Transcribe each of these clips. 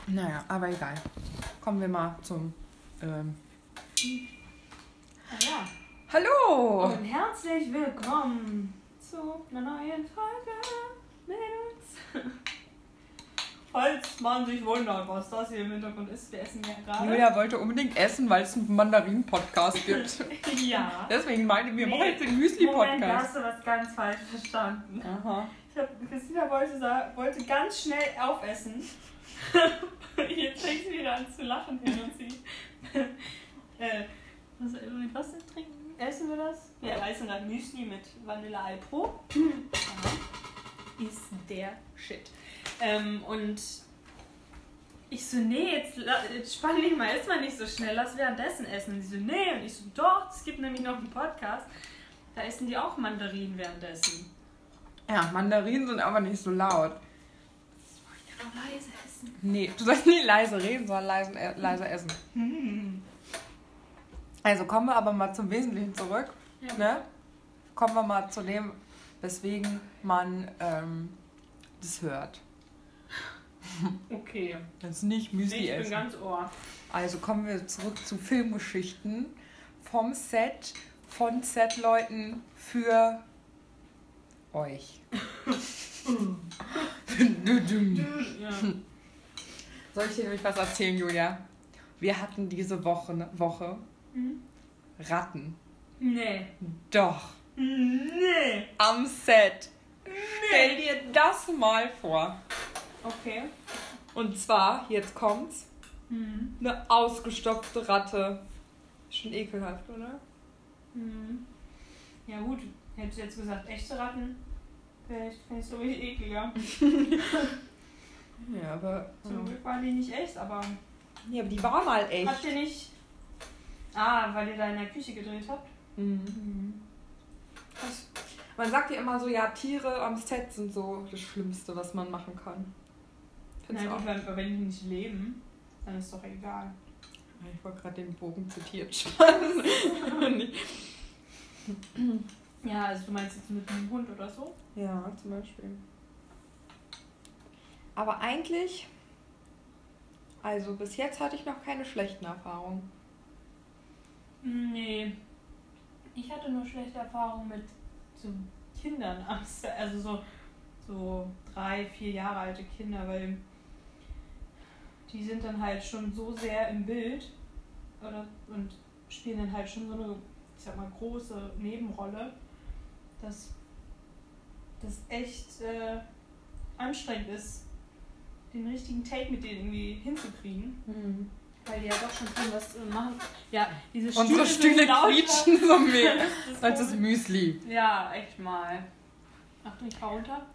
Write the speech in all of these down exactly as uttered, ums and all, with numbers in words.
Naja, aber egal. Kommen wir mal zum... Ähm Ah ja. Hallo! Und herzlich willkommen zu einer neuen Folge mit uns. Falls man sich wundert, was das hier im Hintergrund ist, wir essen ja gerade. Julia wollte unbedingt essen, weil es einen Mandarin-Podcast gibt. Ja. Deswegen meinte wir Nee, machen jetzt den Moment, da Müsli-Podcast. hast du was ganz falsch verstanden. Aha. Ich hab, Christina wollte, sa- wollte ganz schnell aufessen. Jetzt fängt sie wieder an zu lachen, während sie... äh, was, mit was denn trinken? Essen wir das? Ja, wir essen gerade Müsli mit Vanille Pro. Ja. Ist der Shit. Ähm, und ich so, nee, jetzt, jetzt spann dich mal, isst mal nicht so schnell, lass währenddessen essen. Und sie so, nee, und ich so, doch, es gibt nämlich noch einen Podcast, da essen die auch Mandarinen währenddessen. Ja, Mandarinen sind aber nicht so laut. Soll ich ja noch leise essen? Nee, du sollst nie leise reden, sondern leise, äh, leise essen. Hm. Also kommen wir aber mal zum Wesentlichen zurück. Ja. Ne? Kommen wir mal zu dem, weswegen man ähm, das hört. Okay. Das ist nicht Müsli Ich bin essen. ganz ohr. Also kommen wir zurück zu Filmgeschichten vom Set, von Set-Leuten für euch. Ja. Soll ich dir nämlich was erzählen, Julia? Wir hatten diese Woche, Woche Hm? Ratten. Nee. Doch. Nee. Am Set. Stell dir das mal vor. Okay. Und zwar, jetzt kommt's, Mhm. eine ausgestopfte Ratte. Schon ekelhaft, oder? Mhm. Ja gut, hätte ich jetzt gesagt, echte Ratten, vielleicht finde ich es so richtig ekliger. Ja, aber... Zum Glück waren die nicht echt, aber Ja, aber die war mal echt. habt ihr nicht... Ah, weil ihr da in der Küche gedreht habt? Mhm. Das, man sagt ja immer so, ja, Tiere am Set sind so das Schlimmste, was man machen kann. Na Findest du gut, auch? wenn, wenn die nicht leben, dann ist doch egal. Ich wollte gerade den Bogen zitiert spannen. Ja, also du meinst jetzt mit einem Hund oder so? Ja, zum Beispiel. Aber eigentlich, also bis jetzt hatte ich noch keine schlechten Erfahrungen. Nee. Ich hatte nur schlechte Erfahrungen mit so Kindern, am Set, also so, so drei, vier Jahre alte Kinder, weil die sind dann halt schon so sehr im Bild oder, und spielen dann halt schon so eine, ich sag mal, große Nebenrolle, dass das echt äh, anstrengend ist, den richtigen Take mit denen irgendwie hinzukriegen. Mhm. Weil die ja doch schon viel was äh, machen. Ja, diese Stühle Unsere sind Stühle lauter. quietschen so mehr Das ist als das komisch. Müsli. Ja, echt mal. Achtung, ich fahr runter.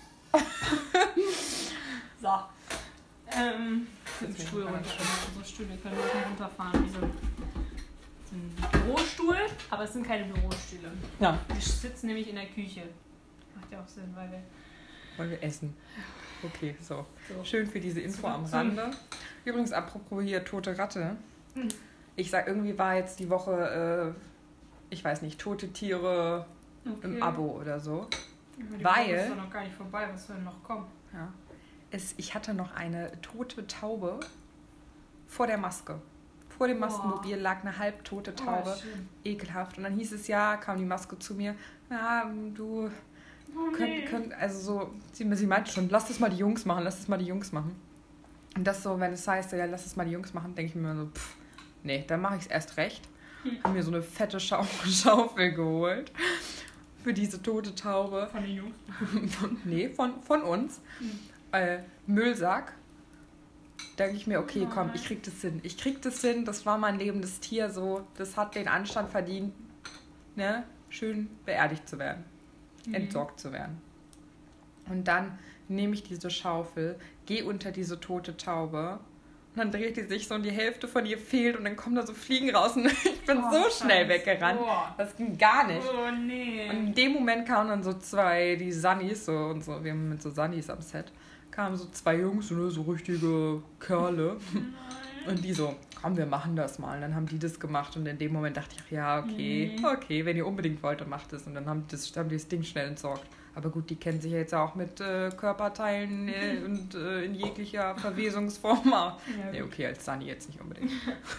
So. Ähm, mit dem Stuhl runter. Unsere Stühle können auch runterfahren. Wie so ein, so ein Bürostuhl, aber es sind keine Bürostühle. Ja, Wir sitzen nämlich in der Küche. Macht ja auch Sinn, weil wir. wollen wir essen. Okay, so. So. Schön für diese Info am Zurück zum- Rande. Übrigens, apropos hier tote Ratte. Hm. Ich sag, irgendwie war jetzt die Woche, äh, ich weiß nicht, tote Tiere im Okay. Abo oder so. Die Weil- Woche ist doch noch gar nicht vorbei, was soll denn noch kommen? Ja. Es, ich hatte noch eine tote Taube vor der Maske. Vor dem Boah. Maskenmobil lag eine halbtote Oh, Taube. schön. Ekelhaft. Und dann hieß es ja, kam die Maske zu mir. Ja, du Oh, könnt, nee. könnt, also so, sie, sie meinte schon, lass das mal die Jungs machen, lass das mal die Jungs machen. Und das so, wenn es heißt, ja, lass das mal die Jungs machen, denke ich mir so, pff, nee, dann mache ich es erst recht. Hm. Haben mir so eine fette Schau Schaufel geholt für diese tote Taube. Von den Jungs. Nee, von, von uns. Hm. Äh, Müllsack. Denke ich mir, okay, komm, Nein. ich krieg das hin. Ich krieg das hin, das war mein lebendes Tier, so, das hat den Anstand verdient, ne, schön beerdigt zu werden, Mhm. entsorgt zu werden. Und dann nehme ich diese Schaufel, gehe unter diese tote Taube und dann dreht die sich so und die Hälfte von ihr fehlt und dann kommen da so Fliegen raus und ich bin Oh, so schnell Scheiße. weggerannt. Boah. Das ging gar nicht. Oh nee. Und in dem Moment kamen dann so zwei, die Sunnies, so und so, wir haben mit so Sunnies am Set, kamen so zwei Jungs, ne, so richtige Kerle. Und die so, komm, wir machen das mal. Und dann haben die das gemacht und in dem Moment dachte ich, ja, okay, Mhm. okay, wenn ihr unbedingt wollt, dann macht es. Und dann haben die das, haben die das Ding schnell entsorgt. Aber gut, die kennen sich ja jetzt auch mit äh, Körperteilen äh, und äh, in jeglicher Verwesungsform aus. Ja, nee, okay, als Sunny jetzt nicht unbedingt.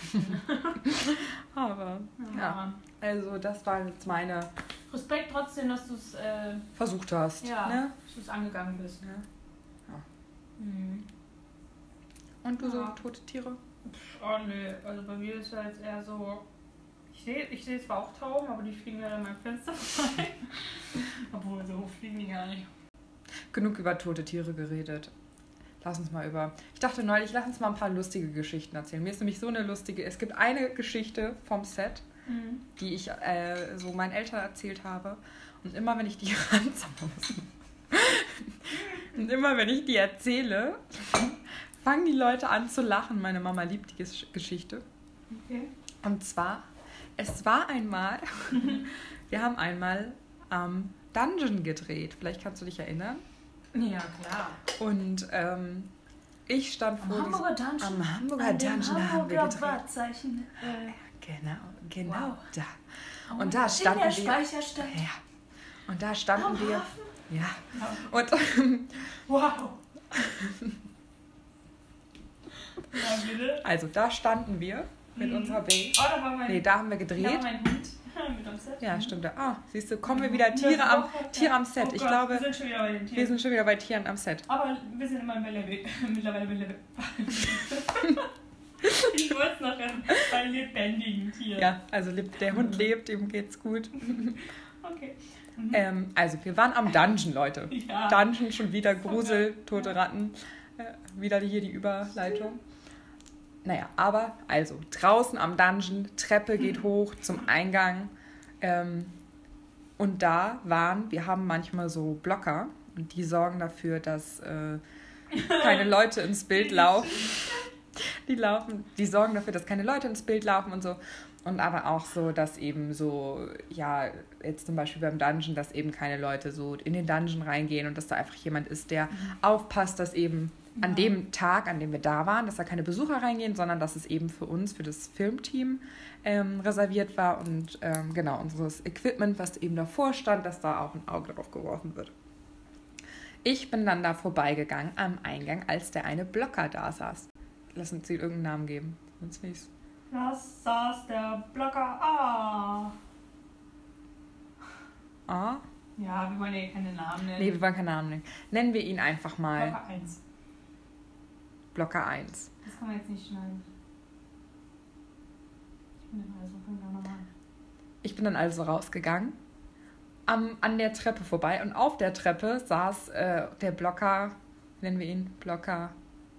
Aber ja. ja, also das war jetzt meine... Respekt trotzdem, dass du es äh, versucht hast. Ja, ne? dass du es angegangen bist. Ne? Ja. Mhm. Und du ja. so tote Tiere? Oh nö, also bei mir ist ja jetzt eher so... Ich sehe ich seh zwar auch Tauben, aber die fliegen ja an meinem Fenster vorbei. Obwohl, so hoch fliegen die gar nicht. Genug über tote Tiere geredet. Lass uns mal über... Ich dachte neulich, lass uns mal ein paar lustige Geschichten erzählen. Mir ist nämlich so eine lustige... Es gibt eine Geschichte vom Set, mhm. die ich äh, so meinen Eltern erzählt habe. Und immer, wenn ich die Und immer, wenn ich die erzähle, fangen die Leute an zu lachen. Meine Mama liebt die Geschichte. Okay. Und zwar... Es war einmal, wir haben einmal am Dungeon gedreht. Vielleicht kannst du dich erinnern. Ja, klar. Und ähm, ich stand am vor Hamburger diesem, Dungeon. Am Hamburger An Dungeon Hamburger haben wir gedreht. Wahrzeichen. Äh, genau, genau wow. da. Und, und da standen in der wir. Speicherstadt. Ja. Und da standen am wir. Hafen? Ja. ja. Und wow. Ja, bitte. Also da standen wir. Mit unserer Baby. Oh, da war mein, nee, da haben wir gedreht. Da war mein Hund mit am Set. Ja, stimmt. Ah, siehst du, kommen wir wieder Tiere am, Tiere am Set. Oh ich Gott, glaube, wir sind schon wieder bei den Tieren. Wir sind schon wieder bei Tieren am Set. Aber wir sind immer mittlerweile mittlerweile Ich wollte es noch bei lebendigen Tieren. Ja, also der Hund lebt, ihm geht's gut. Okay. Mhm. Ähm, also wir waren am Dungeon, Leute. Ja. Dungeon, schon wieder Grusel, tote Ratten. Äh, wieder hier die Überleitung. Naja, aber also draußen am Dungeon, Treppe geht hoch zum Eingang. Ähm, und da waren, wir haben manchmal so Blocker und die sorgen dafür, dass äh, keine Leute ins Bild laufen. Die laufen, die sorgen dafür, dass keine Leute ins Bild laufen und so. Und aber auch so, dass eben so, ja, jetzt zum Beispiel beim Dungeon, dass eben keine Leute so in den Dungeon reingehen und dass da einfach jemand ist, der mhm. aufpasst, dass eben an dem Tag, an dem wir da waren, dass da keine Besucher reingehen, sondern dass es eben für uns, für das Filmteam ähm, reserviert war und ähm, genau, unseres Equipment, was eben davor stand, dass da auch ein Auge drauf geworfen wird. Ich bin dann da vorbeigegangen am Eingang, als der eine Blocker da saß. Lass uns ihm irgendeinen Namen geben, sonst nicht. Da saß der Blocker A. A? Ja, wir wollen ja keine Namen nennen. Nee, wir wollen keine Namen nennen. Nennen wir ihn einfach mal. Blocker eins. Blocker eins. Das kann man jetzt nicht schneiden. Ich bin dann also, fang da nochmal an. Ich bin dann also rausgegangen, am, an der Treppe vorbei und auf der Treppe saß äh, der Blocker, nennen wir ihn Blocker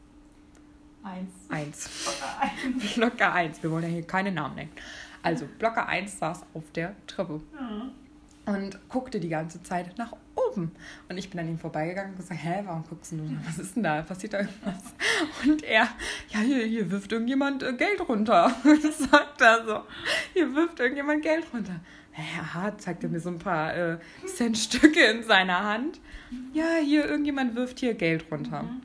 eins. eins. Blocker eins. Blocker eins. Wir wollen ja hier keine Namen nennen. Also Blocker eins saß auf der Treppe. Mhm. Und guckte die ganze Zeit nach oben. Und ich bin an ihm vorbeigegangen und gesagt, hä, warum guckst du denn? Was ist denn da? Passiert da irgendwas? Und er, ja, hier, hier wirft irgendjemand äh, Geld runter. Sagt er so. Hier wirft irgendjemand Geld runter. Ja, zeigt er mir so ein paar äh, Centstücke in seiner Hand. Ja, hier, irgendjemand wirft hier Geld runter. Mhm.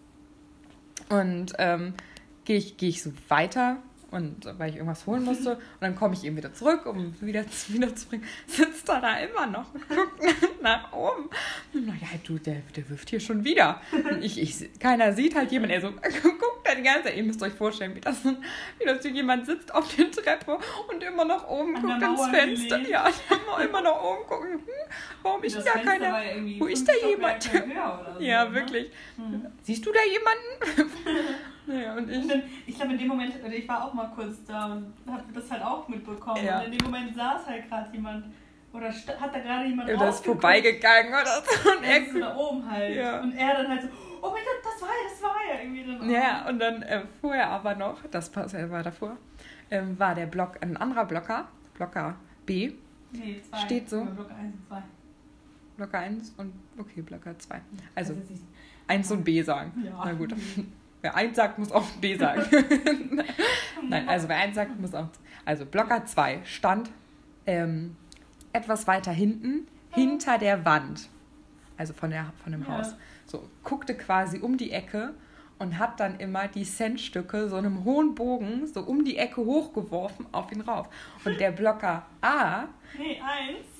Und ähm, gehe ich, geh ich so weiter. Und weil ich irgendwas holen musste. Und dann komme ich eben wieder zurück, um wieder, wieder zu bringen. Sitzt er da immer noch und guckt nach oben. Und naja, du, der, der wirft hier schon wieder. Und ich, ich, keiner sieht halt jemand. Er so guckt da die ganze Zeit. Ihr müsst euch vorstellen, wie das, so, wie das so jemand sitzt auf der Treppe und immer nach oben An guckt ins Fenster. Gelegt. Ja, immer nach oben gucken. Hm, warum ist da keiner? Wo ist da jemand? So, ja, ne? Wirklich. Mhm. Siehst du da jemanden? Ja, und ich, ich glaube, in dem Moment, ich war auch mal kurz da und habe das halt auch mitbekommen. Ja. Und in dem Moment saß halt gerade jemand, oder hat da gerade jemand oder ist vorbeigegangen oder so. Und er ist so da oben halt. Ja. Und er dann halt so, oh mein Gott, das war ja, das war ja irgendwie dann auch. Ja, und dann äh, vorher aber noch, das war davor, ähm, war der Block, ein anderer Blocker, Blocker B. Nee, zwei. Steht so. Blocker eins und zwei. Blocker eins und, okay, Blocker zwei. Also, eins und B sagen. Ja. Na gut. Wer eins sagt, muss auch B sagen. Nein, also wer eins sagt, muss auch... Also Blocker zwei stand ähm, etwas weiter hinten, hinter der Wand. Also von, der, von dem ja. Haus. So, guckte quasi um die Ecke und hat dann immer die Centstücke so einem hohen Bogen so um die Ecke hochgeworfen auf ihn rauf. Und der Blocker A... Nee, eins.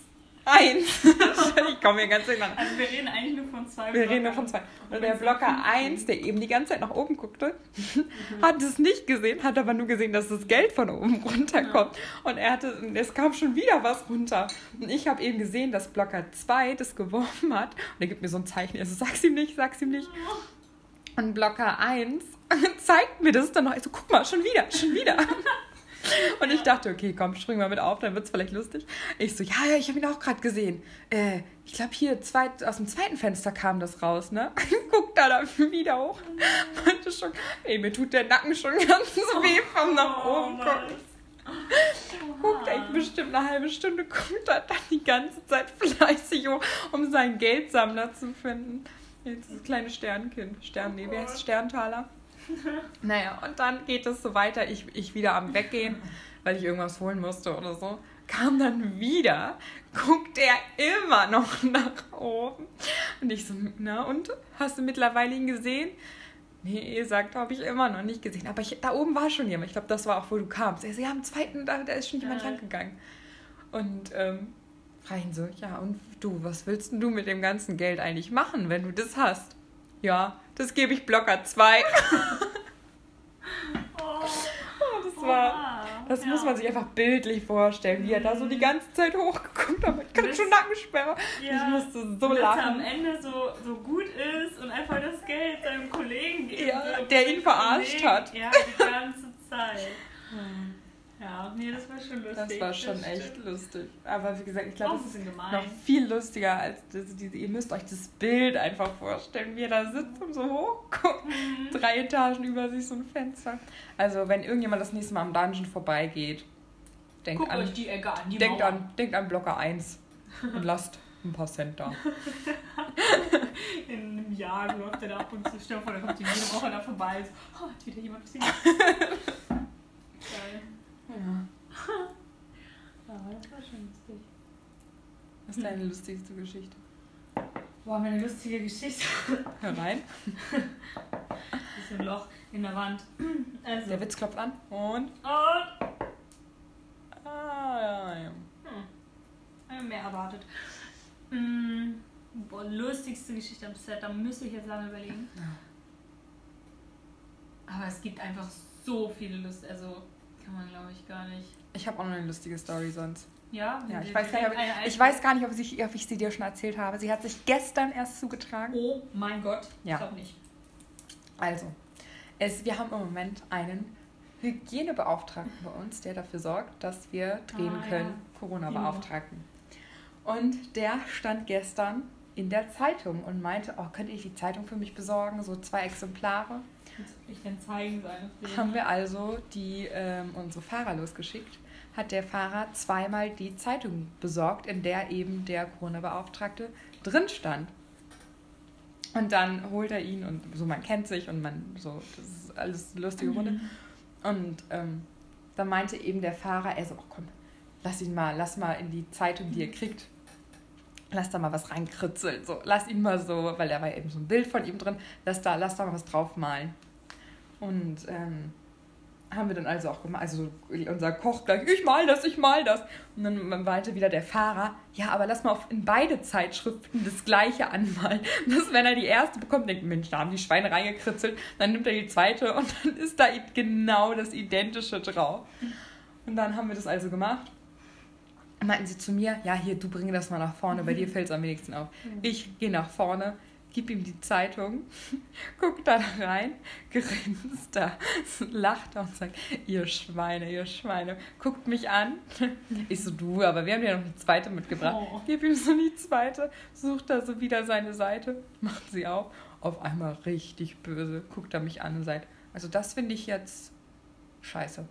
eins. Ich komme hier ganz durcheinander. Also wir reden eigentlich nur von zwei Wir Blockern. reden nur von zwei. Und der Blocker eins, der eben die ganze Zeit nach oben guckte, mhm. hat es nicht gesehen, hat aber nur gesehen, dass das Geld von oben runterkommt. Ja. Und er hatte, es kam schon wieder was runter. Und ich habe eben gesehen, dass Blocker zwei das geworfen hat. Und er gibt mir so ein Zeichen. Also sag's ihm nicht, sag's ihm nicht. Und Blocker eins zeigt mir das dann noch. Also guck mal, schon wieder, schon wieder. Und ich dachte, okay, komm, spring mal mit auf, dann wird's vielleicht lustig. Ich so, ja, ja, ich habe ihn auch gerade gesehen. Äh, ich glaube, hier zweit, aus dem zweiten Fenster kam das raus, ne? Guck da dann wieder hoch. Meinte schon, ey, mir tut der Nacken schon ganz weh vom nach oben gucken. Guckt echt bestimmt eine halbe Stunde, guckt er dann die ganze Zeit fleißig hoch, um seinen Geldsammler zu finden. Jetzt das kleine Sternkind. Stern, nee, wie heißt es? Sterntaler? Naja, und dann geht es so weiter, ich, ich wieder am Weggehen, weil ich irgendwas holen musste oder so, kam dann wieder, guckt er immer noch nach oben. Und ich so, na und, hast du mittlerweile ihn gesehen? Nee, sagt, habe ich immer noch nicht gesehen. Aber ich, da oben war schon jemand, ich glaube, das war auch, wo du kamst. Er so, ja, am zweiten, da, da ist schon jemand rangegangen. Und ähm, frage ihn so, ja, und du, was willst denn du mit dem ganzen Geld eigentlich machen, wenn du das hast? Ja, das gebe ich Blocker zwei. Oh, das war, das ja. muss man sich einfach bildlich vorstellen, wie er da so die ganze Zeit hochgeguckt hat. Ich hatte schon Nackensperre. Ja. Ich musste so und lachen. Dass er am Ende so, so gut ist und einfach das Geld seinem Kollegen gibt. Ja, der ihn verarscht Kollegen. hat. Ja, die ganze Zeit. Hm. Ja, nee, das war schon lustig. Das war schon das echt stimmt. lustig. Aber wie gesagt, ich glaube, das ist gemein. noch viel lustiger als das, diese, ihr müsst euch das Bild einfach vorstellen, wie er da sitzt und so hochguckt. Mhm. Drei Etagen über sich so ein Fenster. Also, wenn irgendjemand das nächste Mal am Dungeon vorbeigeht, denkt Guckt an, euch die Ecke an, die denkt an, denkt an Blocker eins und lasst ein paar Cent da. In einem Jahr läuft er da ab und zu, stell vor, da kommt die jede Woche da vorbei. So, oh, hat wieder jemand gesehen. Geil. Ja. Ja, das war schon lustig. Was ist deine lustigste Geschichte? Boah, meine lustige Geschichte. Hör rein. Das ist ein Loch in der Wand. Also. Der Witz klopft an. Und? Und? Ah, ja, ja. Hm. Mehr erwartet. Hm. Boah, lustigste Geschichte am Set, da müsste ich jetzt lange überlegen. Ja. Aber es gibt einfach so viele Lust, also kann man glaube ich gar nicht. Ich habe auch noch eine lustige Story sonst. Ja? Ja, ich weiß, gar nicht, ob ich, ich weiß gar nicht, ob ich, ob ich sie dir schon erzählt habe. Sie hat sich gestern erst zugetragen. Oh mein Gott, ja. Ich glaube nicht. Also, es, wir haben im Moment einen Hygienebeauftragten bei uns, der dafür sorgt, dass wir drehen ah, können, ja. Corona-Beauftragten. Und der stand gestern in der Zeitung und meinte, oh, könnt ihr die Zeitung für mich besorgen? So zwei Exemplare. Ich dann zeigen seine Filme. Haben wir also die, ähm, unsere Fahrer losgeschickt. Hat der Fahrer zweimal die Zeitung besorgt, in der eben der Corona-Beauftragte drin stand. Und dann holt er ihn und so, man kennt sich und man so, das ist alles eine lustige Runde. Mhm. Und ähm, dann meinte eben der Fahrer, er so, oh komm, lass ihn mal, lass mal in die Zeitung, die ihr kriegt, lass da mal was reinkritzeln. So, lass ihn mal so, weil da war eben so ein Bild von ihm drin, lass da, lass da mal was draufmalen. Und ähm, haben wir dann also auch gemacht, also unser Koch gleich, ich mal das, ich mal das. Und dann meinte wieder der Fahrer, ja, aber lass mal auf, in beide Zeitschriften das Gleiche anmalen. Dass wenn er die erste bekommt, denkt, Mensch, da haben die Schweine reingekritzelt, dann nimmt er die zweite und dann ist da genau das Identische drauf. Und dann haben wir das also gemacht. Und meinten sie zu mir, ja, hier, du bring das mal nach vorne, bei dir fällt es am wenigsten auf. Ich gehe nach vorne, gib ihm die Zeitung, guck da rein, grinst da, lacht da und sagt, ihr Schweine, ihr Schweine, guckt mich an. Ich so, du, aber wir haben dir noch eine zweite mitgebracht. Oh. Gib ihm so die zweite, sucht da so wieder seine Seite, macht sie auf, auf einmal richtig böse, guckt er mich an und sagt, also das finde ich jetzt scheiße.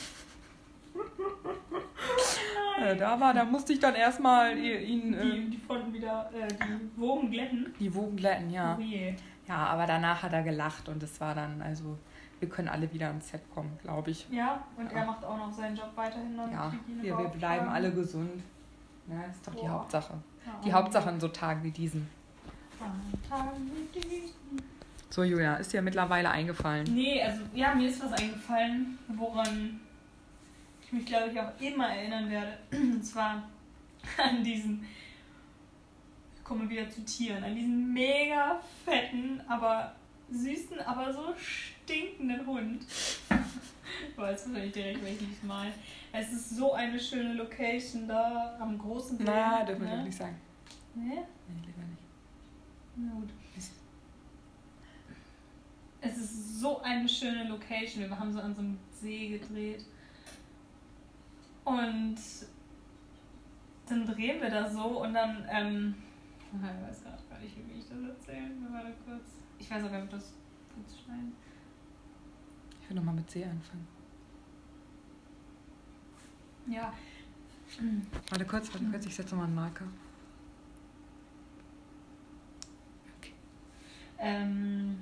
Äh, da war, da musste ich dann erstmal ihn... Äh, die, die Fronten wieder, äh, die Wogen glätten. Die Wogen glätten, ja. Oh je. Ja, aber danach hat er gelacht und es war dann, also, wir können alle wieder ans Set kommen, glaube ich. Ja, und ja. Er macht auch noch seinen Job weiterhin. Dann ja, wir, wir bleiben alle gesund. Ja, das ist doch Boah. die Hauptsache. Ja, die Hauptsache in so Tagen wie diesen. An Tagen wie diesen. So, Julia, ist dir mittlerweile eingefallen? Nee, also, ja, mir ist was eingefallen, woran... ich mich, glaube ich, auch immer erinnern werde. Und zwar an diesen kommen wir wieder zu Tieren. An diesen mega fetten, aber süßen, aber so stinkenden Hund. Ich weiß wahrscheinlich direkt, welchen ich meine. Es ist so eine schöne Location da am großen See. Na, dürfen wir ne? doch nicht sagen. Nee? Nee, lieber nicht. Na gut. Es ist so eine schöne Location. Wir haben so an so einem See gedreht. Und dann drehen wir da so und dann, ähm, ich weiß gerade gar nicht, wie ich das erzählen. Warte kurz. Ich weiß auch gar nicht, ob das kurz schneiden. Ich will nochmal mit See anfangen. Ja. Warte kurz, warte kurz, ich setze nochmal einen Marker. Okay. Ähm,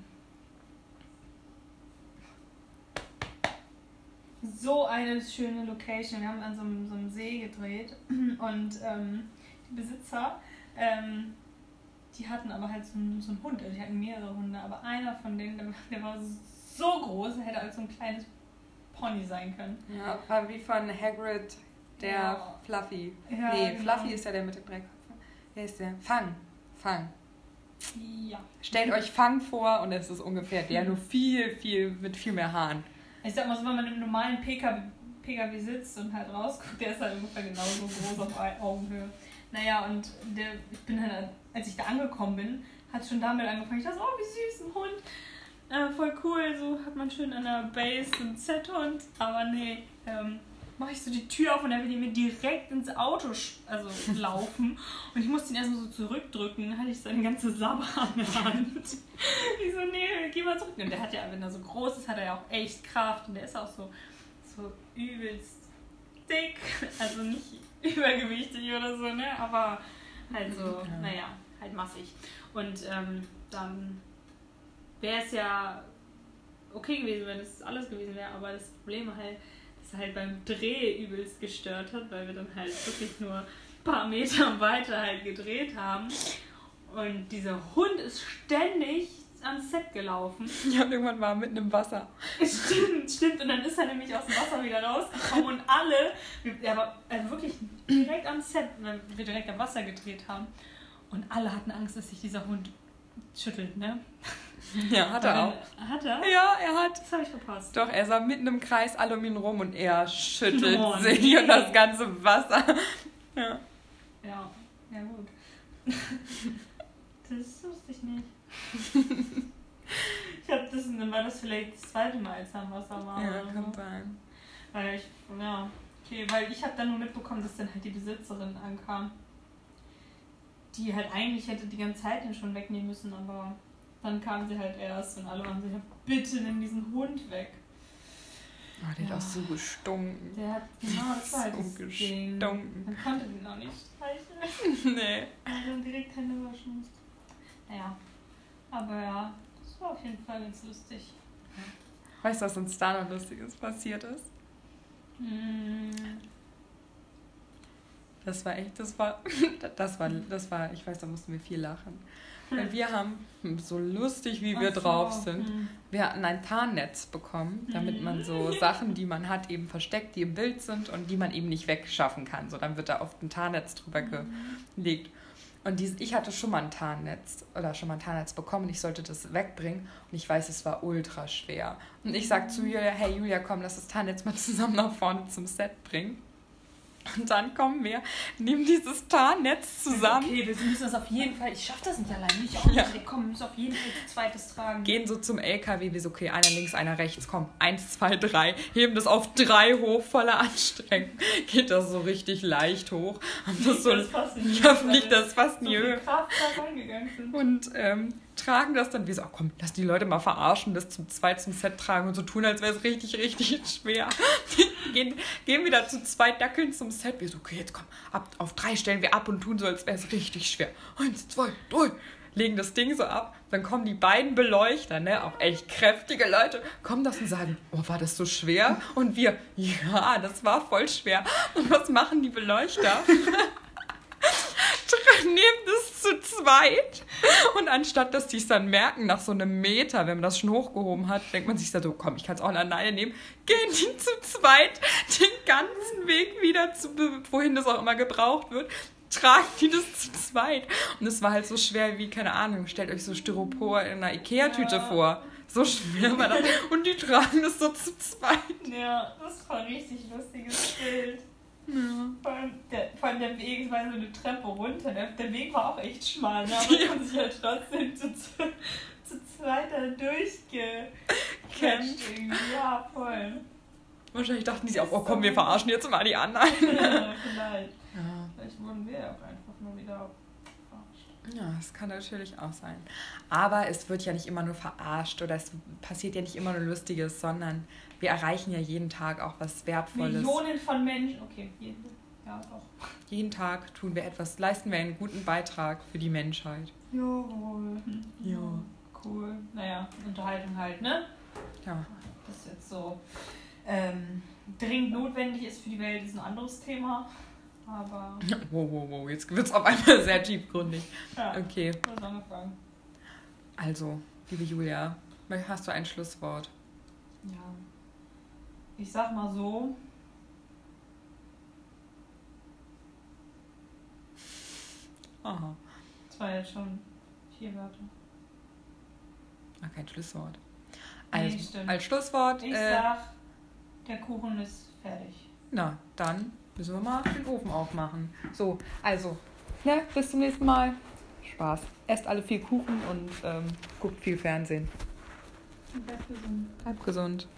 so eine schöne Location. Wir haben an so einem, so einem See gedreht und ähm, die Besitzer, ähm, die hatten aber halt so einen, so einen Hund, also die hatten mehrere Hunde, aber einer von denen, der, der war so groß, der hätte als so ein kleines Pony sein können. Ja, war wie von Hagrid, der Ja. Fluffy. Ja, nee, genau. Fluffy ist ja der mit den drei Köpfen. Wer ist der? Fang. Fang. Ja. Stellt euch Fang vor und es ist ungefähr der, nur viel, viel, mit viel mehr Haaren. Ich sag mal so, wenn man im normalen P K W, P K W sitzt und halt rausguckt, der ist halt ungefähr genauso groß auf Augenhöhe. Naja, und der, ich bin halt, als ich da angekommen bin, hat schon damit angefangen. Ich dachte, oh, wie süß, ein Hund. Äh, voll cool, so hat man schön an der Base einen Z-Hund. Aber nee, ähm, mache ich so die Tür auf und dann will die mir direkt ins Auto also laufen. Und ich musste ihn erstmal so zurückdrücken. Dann hatte ich seine ganze Sabber an der Hand. Ich so, nee, geh mal zurück. Und der hat ja, wenn er so groß ist, hat er ja auch echt Kraft. Und der ist auch so, so übelst dick. Also nicht übergewichtig oder so, ne? Aber halt so, ja. naja, halt massig. Und ähm, dann wäre es ja okay gewesen, wenn es alles gewesen wäre. Aber das Problem halt, dass er halt beim Dreh übelst gestört hat, weil wir dann halt wirklich nur ein paar Meter weiter halt gedreht haben. Und dieser Hund ist ständig ans Set gelaufen. Ja, und irgendwann war er mitten im Wasser. Stimmt, stimmt. Und dann ist er nämlich aus dem Wasser wieder rausgekommen und alle, er war also wirklich direkt am Set, weil wir direkt am Wasser gedreht haben. Und alle hatten Angst, dass sich dieser Hund schüttelt, ne? Ja, hat er auch. Hat er? Ja, er hat. Das habe ich verpasst. Doch, er sah mitten im Kreis alle um ihn rum und er schüttelt Oh, sich nee. und das ganze Wasser. Ja. Ja, ja gut. Das wusste ich nicht. Ich hab das, dann war das vielleicht das zweite Mal, als er am Wasser war. Ja, oder kann so. sein. Weil ich, ja, okay, weil ich habe dann nur mitbekommen, dass dann halt die Besitzerin ankam. Die halt eigentlich hätte die ganze Zeit den schon wegnehmen müssen, aber dann kam sie halt erst und alle waren so, ja, bitte nimm diesen Hund weg. Oh, der Ja. hat auch so gestunken. Der hat, genau, das war halt So das Ding. gestunken. Man konnte den auch nicht streicheln, Nee. weil dann direkt Hände waschen musste. Naja, aber ja, das war auf jeden Fall ganz lustig. Weißt du, was uns da noch Lustiges passiert ist? Mm. Das war echt, das war, das war, das war, ich weiß, da mussten wir viel lachen. Weil wir haben, so lustig wie wir Ach so, drauf sind, hm. wir hatten ein Tarnnetz bekommen, damit man so Sachen, die man hat, eben versteckt, die im Bild sind und die man eben nicht wegschaffen kann. So, dann wird da oft ein Tarnnetz drüber gelegt. Und dies, ich hatte schon mal ein Tarnnetz oder schon mal ein Tarnnetz bekommen und ich sollte das wegbringen und ich weiß, es war ultra schwer. Und ich sag zu Julia, hey Julia, komm, lass das Tarnnetz mal zusammen nach vorne zum Set bringen. Und dann kommen wir, nehmen dieses Tarnnetz zusammen, Okay, wir müssen das auf jeden Fall, ich schaffe das nicht allein, ich auch nicht. Ja. Komm, wir müssen auf jeden Fall zu zweites tragen. gehen so zum L K W, wir so, okay, einer links, einer rechts, komm, eins, zwei, drei, heben das auf drei hoch, voller Anstrengung, geht das so richtig leicht hoch, haben das so, das fast nicht, ja, fliegt das fast in so die viel Höhe Kraft da reingegangen sind. und ähm, tragen das dann, wir so, oh, komm, lass die Leute mal verarschen, das zum zweit zum Set tragen und so tun, als wäre es richtig, richtig schwer. gehen, gehen wieder zu zweit dackeln zum Set, wir so, okay, jetzt komm, ab, auf drei stellen wir ab und tun so, als wäre es richtig schwer. Eins, zwei, drei. Legen das Ding so ab, dann kommen die beiden Beleuchter, ne, auch echt kräftige Leute, kommen das und sagen, oh, war das so schwer? Und wir, ja, das war voll schwer. Und was machen die Beleuchter? Nehmen das zu zweit und anstatt, dass die es dann merken nach so einem Meter, wenn man das schon hochgehoben hat, denkt man sich so, komm, ich kann es auch alleine nehmen, gehen die zu zweit den ganzen Weg wieder zu, wohin das auch immer gebraucht wird, tragen die das zu zweit. Und es war halt so schwer wie, keine Ahnung, stellt euch so Styropor in einer Ikea-Tüte ja. vor. So schwer war das. Und die tragen das so zu zweit. Ja, das war ein richtig lustiges Bild. Ja. Vor allem, der, vor allem der Weg, es war so eine Treppe runter. Der, der Weg war auch echt schmal, ne? Aber man sich halt trotzdem zu, zu, zu zweit da durchgekämpft. Ja, voll. Wahrscheinlich dachten die sich auch, oh komm, wir verarschen jetzt mal die anderen. Ja, vielleicht. Ja. Vielleicht wurden wir auch einfach nur wieder verarscht. Ja, das kann natürlich auch sein. Aber es wird ja nicht immer nur verarscht oder es passiert ja nicht immer nur Lustiges, sondern wir erreichen ja jeden Tag auch was Wertvolles. Millionen von Menschen. Okay, jeden. Ja, doch. Jeden Tag tun wir etwas, leisten wir einen guten Beitrag für die Menschheit. Jawohl. Ja. Cool. Naja, Unterhaltung halt, ne? Ja. Das ist jetzt so ähm, dringend notwendig ist für die Welt, ist ein anderes Thema. Aber. Wow, wow, wow, jetzt wird es auf einmal sehr tiefgründig. Ja, okay. du hast angefangen. Also, liebe Julia, hast du ein Schlusswort? Ja. Ich sag mal so. Aha. Das war jetzt schon vier Wörter. Ach, kein Schlusswort. Also, Nee, stimmt. als Schlusswort. Ich äh, sag, der Kuchen ist fertig. Na, dann müssen wir mal den Ofen aufmachen. So, also, ne, bis zum nächsten Mal. Spaß. Esst alle viel Kuchen und ähm, guckt viel Fernsehen. Bleibt gesund. Bleibt gesund.